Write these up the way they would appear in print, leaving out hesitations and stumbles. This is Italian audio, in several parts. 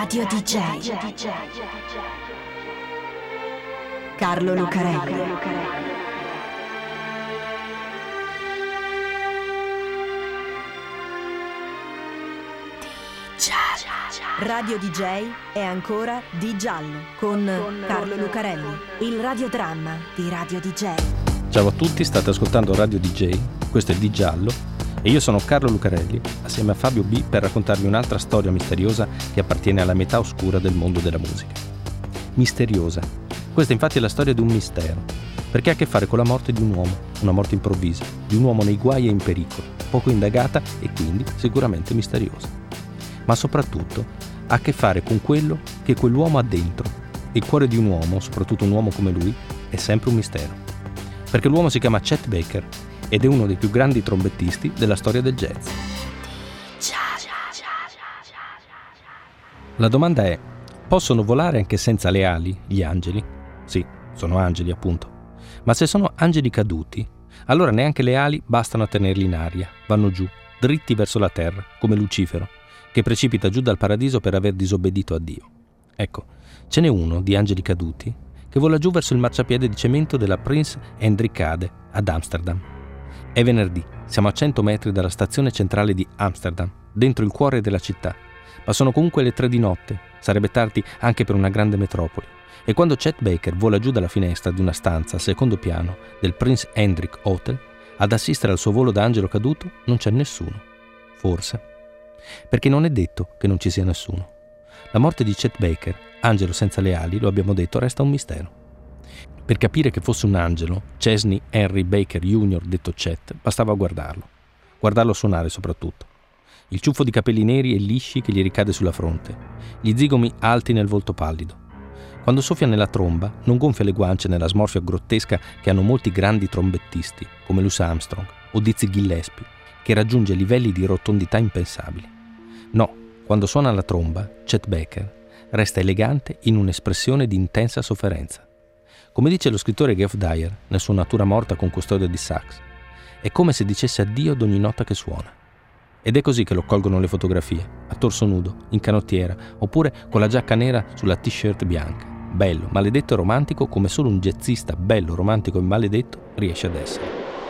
Radio DJ Carlo Lucarelli. Radio DJ è ancora Di Giallo con Carlo Lucarelli, il radiodramma di Radio DJ. Ciao a tutti, state ascoltando Radio DJ, questo è Di Giallo e io sono Carlo Lucarelli assieme a Fabio B per raccontarvi un'altra storia misteriosa che appartiene alla metà oscura del mondo della musica. Misteriosa. Questa infatti è la storia di un mistero, perché ha a che fare con la morte di un uomo, una morte improvvisa, di un uomo nei guai e in pericolo, poco indagata e quindi sicuramente misteriosa. Ma soprattutto ha a che fare con quello che quell'uomo ha dentro. Il cuore di un uomo, soprattutto un uomo come lui, è sempre un mistero. Perché l'uomo si chiama Chet Baker ed è uno dei più grandi trombettisti della storia del jazz. La domanda è: possono volare anche senza le ali gli angeli? Sì, sono angeli appunto. Ma se sono angeli caduti, allora neanche le ali bastano a tenerli in aria, vanno giù, dritti verso la terra, come Lucifero, che precipita giù dal paradiso per aver disobbedito a Dio. Ecco, ce n'è uno di angeli caduti che vola giù verso il marciapiede di cemento della Prins Hendrickade ad Amsterdam. È venerdì, siamo a 100 metri dalla stazione centrale di Amsterdam, dentro il cuore della città, ma sono comunque le 3 di notte, sarebbe tardi anche per una grande metropoli, e quando Chet Baker vola giù dalla finestra di una stanza al secondo piano del Prince Hendrik Hotel ad assistere al suo volo da angelo caduto non c'è nessuno, forse, perché non è detto che non ci sia nessuno. La morte di Chet Baker, angelo senza le ali, lo abbiamo detto, resta un mistero. Per capire che fosse un angelo, Chesney Henry Baker Jr., detto Chet, bastava guardarlo suonare soprattutto. Il ciuffo di capelli neri e lisci che gli ricade sulla fronte, gli zigomi alti nel volto pallido. Quando soffia nella tromba, non gonfia le guance nella smorfia grottesca che hanno molti grandi trombettisti, come Louis Armstrong o Dizzy Gillespie, che raggiunge livelli di rotondità impensabili. No, quando suona la tromba, Chet Baker resta elegante in un'espressione di intensa sofferenza. Come dice lo scrittore Geoff Dyer nel suo Natura morta con custodia di sax, è come se dicesse addio ad ogni nota che suona. Ed è così che lo colgono le fotografie, a torso nudo, in canottiera, oppure con la giacca nera sulla t-shirt bianca. Bello, maledetto e romantico come solo un jazzista bello, romantico e maledetto riesce ad essere.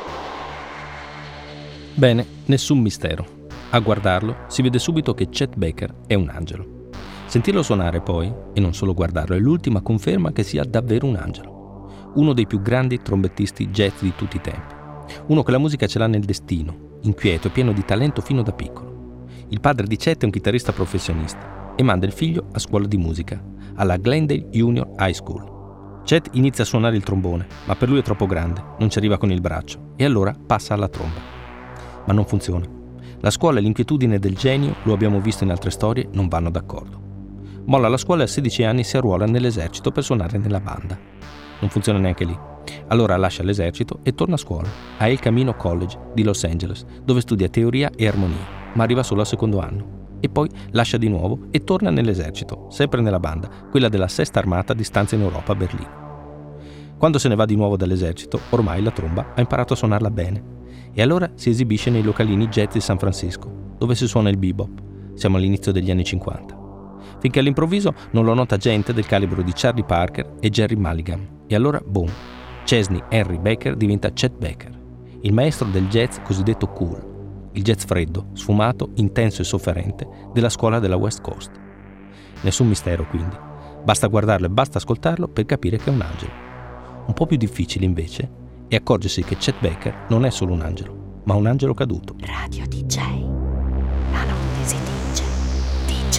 Bene, nessun mistero. A guardarlo si vede subito che Chet Baker è un angelo. Sentirlo suonare poi, e non solo guardarlo, è l'ultima conferma che sia davvero un angelo. Uno dei più grandi trombettisti jazz di tutti i tempi. Uno che la musica ce l'ha nel destino, inquieto e pieno di talento fino da piccolo. Il padre di Chet è un chitarrista professionista e manda il figlio a scuola di musica, alla Glendale Junior High School. Chet inizia a suonare il trombone, ma per lui è troppo grande, non ci arriva con il braccio, e allora passa alla tromba. Ma non funziona. La scuola e l'inquietudine del genio, lo abbiamo visto in altre storie, non vanno d'accordo. Molla la scuola e a 16 anni si arruola nell'esercito per suonare nella banda. Non funziona neanche lì. Allora lascia l'esercito e torna a scuola, a El Camino College di Los Angeles, dove studia teoria e armonia, ma arriva solo al secondo anno. E poi lascia di nuovo e torna nell'esercito, sempre nella banda, quella della 6ª armata di stanza in Europa a Berlino. Quando se ne va di nuovo dall'esercito, ormai la tromba ha imparato a suonarla bene. E allora si esibisce nei localini jazz di San Francisco, dove si suona il bebop. Siamo all'inizio degli anni 50. Finché all'improvviso non lo nota gente del calibro di Charlie Parker e Jerry Mulligan. E allora, boom, Chesney Henry Baker diventa Chet Baker, il maestro del jazz cosiddetto cool, il jazz freddo, sfumato, intenso e sofferente della scuola della West Coast. Nessun mistero, quindi. Basta guardarlo e basta ascoltarlo per capire che è un angelo. Un po' più difficile, invece, è accorgersi che Chet Baker non è solo un angelo, ma un angelo caduto. Radio DJ. La notte si dice DJ.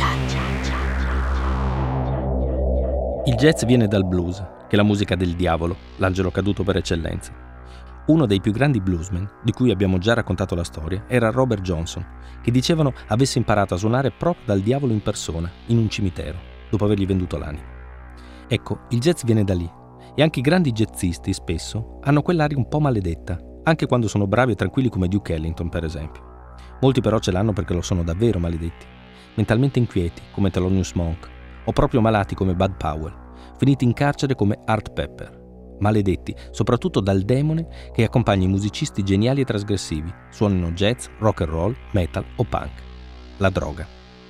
Il jazz viene dal blues, che è la musica del diavolo, l'angelo caduto per eccellenza. Uno dei più grandi bluesmen, di cui abbiamo già raccontato la storia, era Robert Johnson, che dicevano avesse imparato a suonare proprio dal diavolo in persona, in un cimitero, dopo avergli venduto l'anima. Ecco, il jazz viene da lì, e anche i grandi jazzisti spesso hanno quell'aria un po' maledetta, anche quando sono bravi e tranquilli come Duke Ellington, per esempio. Molti però ce l'hanno perché lo sono davvero maledetti, mentalmente inquieti come Thelonious Monk, o proprio malati come Bud Powell, finiti in carcere come Art Pepper. Maledetti soprattutto dal demone che accompagna i musicisti geniali e trasgressivi, suonino jazz, rock and roll, metal o punk. La droga.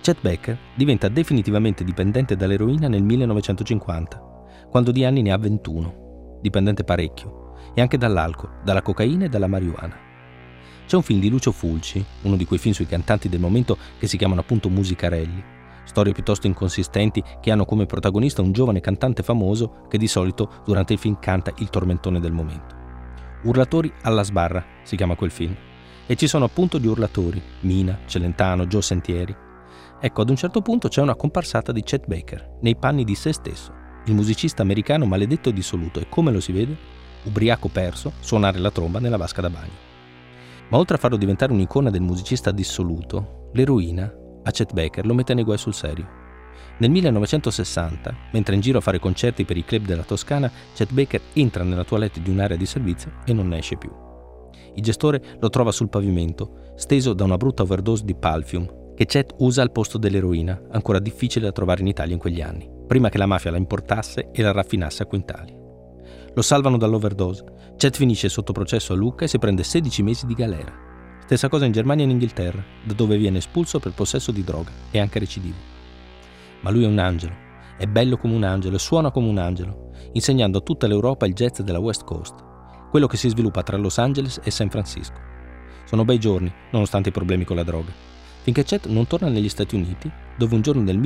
Chet Baker diventa definitivamente dipendente dall'eroina nel 1950, quando di anni ne ha 21, dipendente parecchio, e anche dall'alcol, dalla cocaina e dalla marijuana. C'è un film di Lucio Fulci, uno di quei film sui cantanti del momento che si chiamano appunto musicarelli, storie piuttosto inconsistenti che hanno come protagonista un giovane cantante famoso che di solito durante il film canta il tormentone del momento. Urlatori alla sbarra si chiama quel film, e ci sono appunto gli urlatori, Mina, Celentano, Joe Sentieri. Ecco, ad un certo punto c'è una comparsata di Chet Baker, nei panni di se stesso, il musicista americano maledetto e dissoluto, e come lo si vede? Ubriaco perso, suonare la tromba nella vasca da bagno. Ma oltre a farlo diventare un'icona del musicista dissoluto, l'eroina a Chet Baker lo mette nei guai sul serio. Nel 1960, mentre in giro a fare concerti per i club della Toscana, Chet Baker entra nella toilette di un'area di servizio e non ne esce più. Il gestore lo trova sul pavimento, steso da una brutta overdose di Palfium, che Chet usa al posto dell'eroina, ancora difficile da trovare in Italia in quegli anni, prima che la mafia la importasse e la raffinasse a quintali. Lo salvano dall'overdose, Chet finisce sotto processo a Lucca e si prende 16 mesi di galera. Stessa cosa in Germania e in Inghilterra, da dove viene espulso per possesso di droga e anche recidivo. Ma lui è un angelo, è bello come un angelo e suona come un angelo, insegnando a tutta l'Europa il jazz della West Coast, quello che si sviluppa tra Los Angeles e San Francisco. Sono bei giorni, nonostante i problemi con la droga, finché Chet non torna negli Stati Uniti, dove un giorno del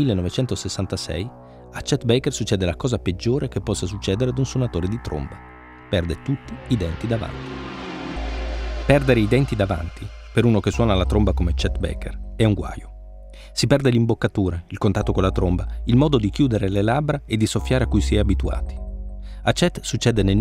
1966 a Chet Baker succede la cosa peggiore che possa succedere ad un suonatore di tromba. Perde tutti i denti davanti. Perdere i denti davanti, per uno che suona la tromba come Chet Baker, è un guaio. Si perde l'imboccatura, il contatto con la tromba, il modo di chiudere le labbra e di soffiare a cui si è abituati. A Chet succede nel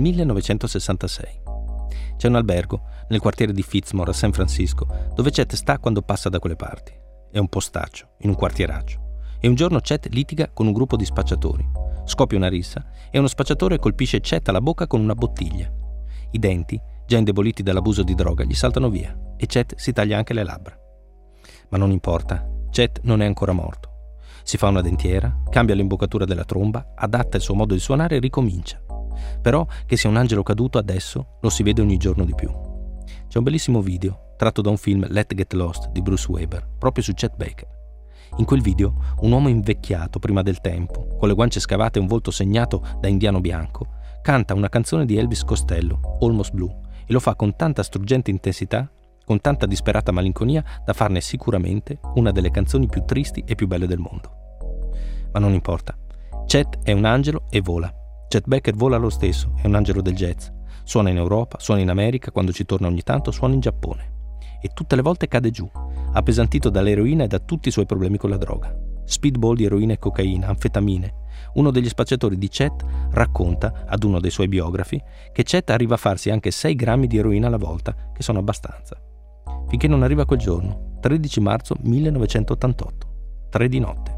1966. C'è un albergo, nel quartiere di Fitzmore a San Francisco, dove Chet sta quando passa da quelle parti. È un postaccio, in un quartieraccio. E un giorno Chet litiga con un gruppo di spacciatori. Scoppia una rissa e uno spacciatore colpisce Chet alla bocca con una bottiglia. I denti, già indeboliti dall'abuso di droga, gli saltano via e Chet si taglia anche le labbra. Ma non importa, Chet non è ancora morto. Si fa una dentiera, cambia l'imboccatura della tromba, adatta il suo modo di suonare e ricomincia. Però che sia un angelo caduto adesso lo si vede ogni giorno di più. C'è un bellissimo video tratto da un film Let's Get Lost di Bruce Weber, proprio su Chet Baker. In quel video un uomo invecchiato prima del tempo, con le guance scavate e un volto segnato da indiano bianco, canta una canzone di Elvis Costello, Almost Blue, e lo fa con tanta struggente intensità, con tanta disperata malinconia, da farne sicuramente una delle canzoni più tristi e più belle del mondo. Ma non importa. Chet è un angelo e vola. Chet Baker vola lo stesso, è un angelo del jazz. Suona in Europa, suona in America, quando ci torna ogni tanto suona in Giappone. E tutte le volte cade giù, appesantito dall'eroina e da tutti i suoi problemi con la droga. Speedball di eroina e cocaina, anfetamine. Uno degli spacciatori di Chet racconta, ad uno dei suoi biografi, che Chet arriva a farsi anche 6 grammi di eroina alla volta, che sono abbastanza. Finché non arriva quel giorno, 13 marzo 1988, 3 di notte.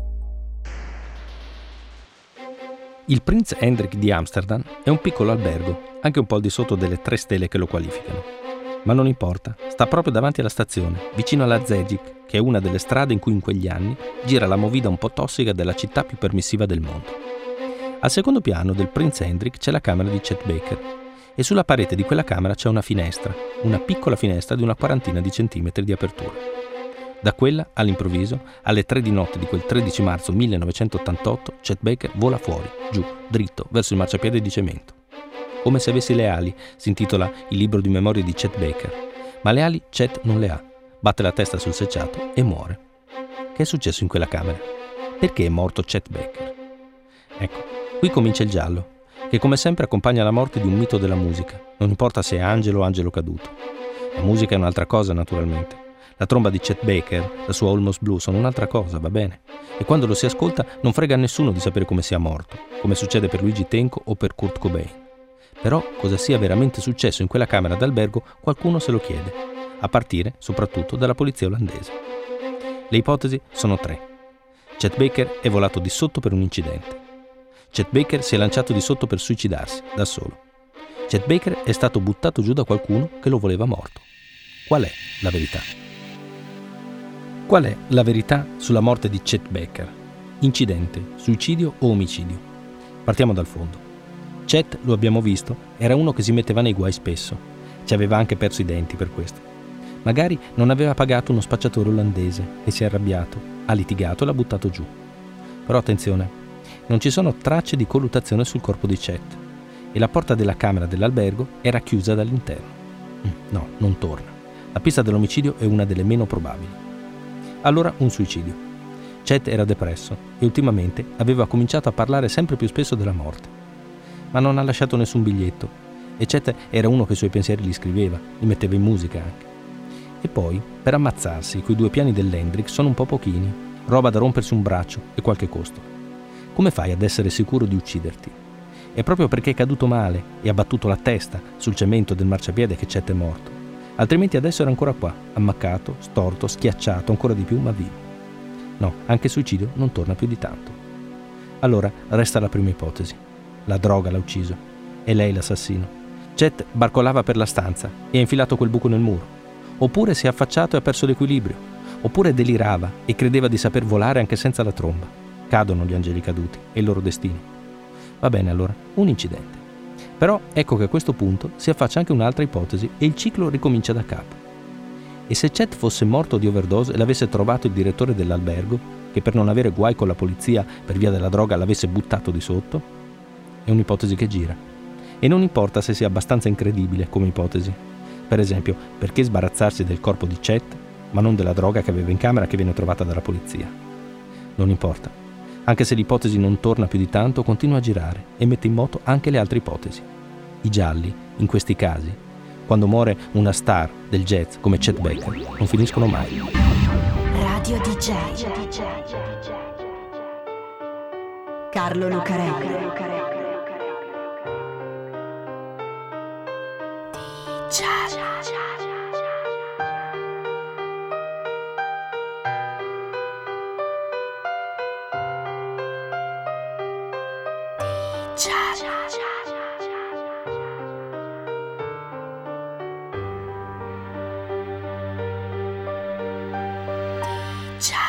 Il Prince Hendrik di Amsterdam è un piccolo albergo, anche un po' al di sotto delle 3 stelle che lo qualificano. Ma non importa, sta proprio davanti alla stazione, vicino alla Zeebrugge, che è una delle strade in cui in quegli anni gira la movida un po' tossica della città più permissiva del mondo. Al secondo piano del Prince Hendrik c'è la camera di Chet Baker e sulla parete di quella camera c'è una finestra, una piccola finestra di una 40 di centimetri di apertura. Da quella, all'improvviso, alle 3 di notte di quel 13 marzo 1988, Chet Baker vola fuori, giù, dritto, verso il marciapiede di cemento. Come se avessi le ali, si intitola il libro di memorie di Chet Baker. Ma le ali Chet non le ha. Batte la testa sul selciato e muore. Che è successo in quella camera? Perché è morto Chet Baker? Ecco, qui comincia il giallo, che come sempre accompagna la morte di un mito della musica, non importa se è angelo o angelo caduto. La musica è un'altra cosa, naturalmente. La tromba di Chet Baker, la sua Almost Blue, sono un'altra cosa, va bene? E quando lo si ascolta non frega a nessuno di sapere come sia morto, come succede per Luigi Tenco o per Kurt Cobain. Però cosa sia veramente successo in quella camera d'albergo qualcuno se lo chiede, a partire soprattutto dalla polizia olandese. Le ipotesi sono 3. Chet Baker è volato di sotto per un incidente. Chet Baker si è lanciato di sotto per suicidarsi, da solo. Chet Baker è stato buttato giù da qualcuno che lo voleva morto. Qual è la verità? Qual è la verità sulla morte di Chet Baker? Incidente, suicidio o omicidio? Partiamo dal fondo. Chet, lo abbiamo visto, era uno che si metteva nei guai spesso. Ci aveva anche perso i denti per questo. Magari non aveva pagato uno spacciatore olandese e si è arrabbiato. ha litigato e l'ha buttato giù. Però attenzione, non ci sono tracce di colluttazione sul corpo di Chet e la porta della camera dell'albergo era chiusa dall'interno. No, non torna. La pista dell'omicidio è una delle meno probabili. Allora un suicidio. Chet era depresso e ultimamente aveva cominciato a parlare sempre più spesso della morte. Ma non ha lasciato nessun biglietto e Chet era uno che i suoi pensieri li scriveva, li metteva in musica anche. E poi, per ammazzarsi, quei 2 piani dell'Hendrix sono un po' pochini, roba da rompersi un braccio e qualche costo. Come fai ad essere sicuro di ucciderti? È proprio perché è caduto male e ha battuto la testa sul cemento del marciapiede che Chet è morto. Altrimenti adesso era ancora qua, ammaccato, storto, schiacciato, ancora di più, ma vivo. No, anche il suicidio non torna più di tanto. Allora resta la prima ipotesi. La droga l'ha ucciso. È lei l'assassino. Chet barcolava per la stanza e ha infilato quel buco nel muro. Oppure si è affacciato e ha perso l'equilibrio. Oppure delirava e credeva di saper volare anche senza la tromba. Cadono gli angeli caduti, è il loro destino. Va bene allora, un incidente. Però ecco che a questo punto si affaccia anche un'altra ipotesi e il ciclo ricomincia da capo. E se Chet fosse morto di overdose e l'avesse trovato il direttore dell'albergo, che per non avere guai con la polizia per via della droga l'avesse buttato di sotto? È un'ipotesi che gira. E non importa se sia abbastanza incredibile come ipotesi. Per esempio, perché sbarazzarsi del corpo di Chet, ma non della droga che aveva in camera che viene trovata dalla polizia? Non importa. Anche se l'ipotesi non torna più di tanto, continua a girare e mette in moto anche le altre ipotesi. I gialli, in questi casi, quando muore una star del jazz come Chet Baker, non finiscono mai. Radio DJ. Carlo Lucarelli. Ciao.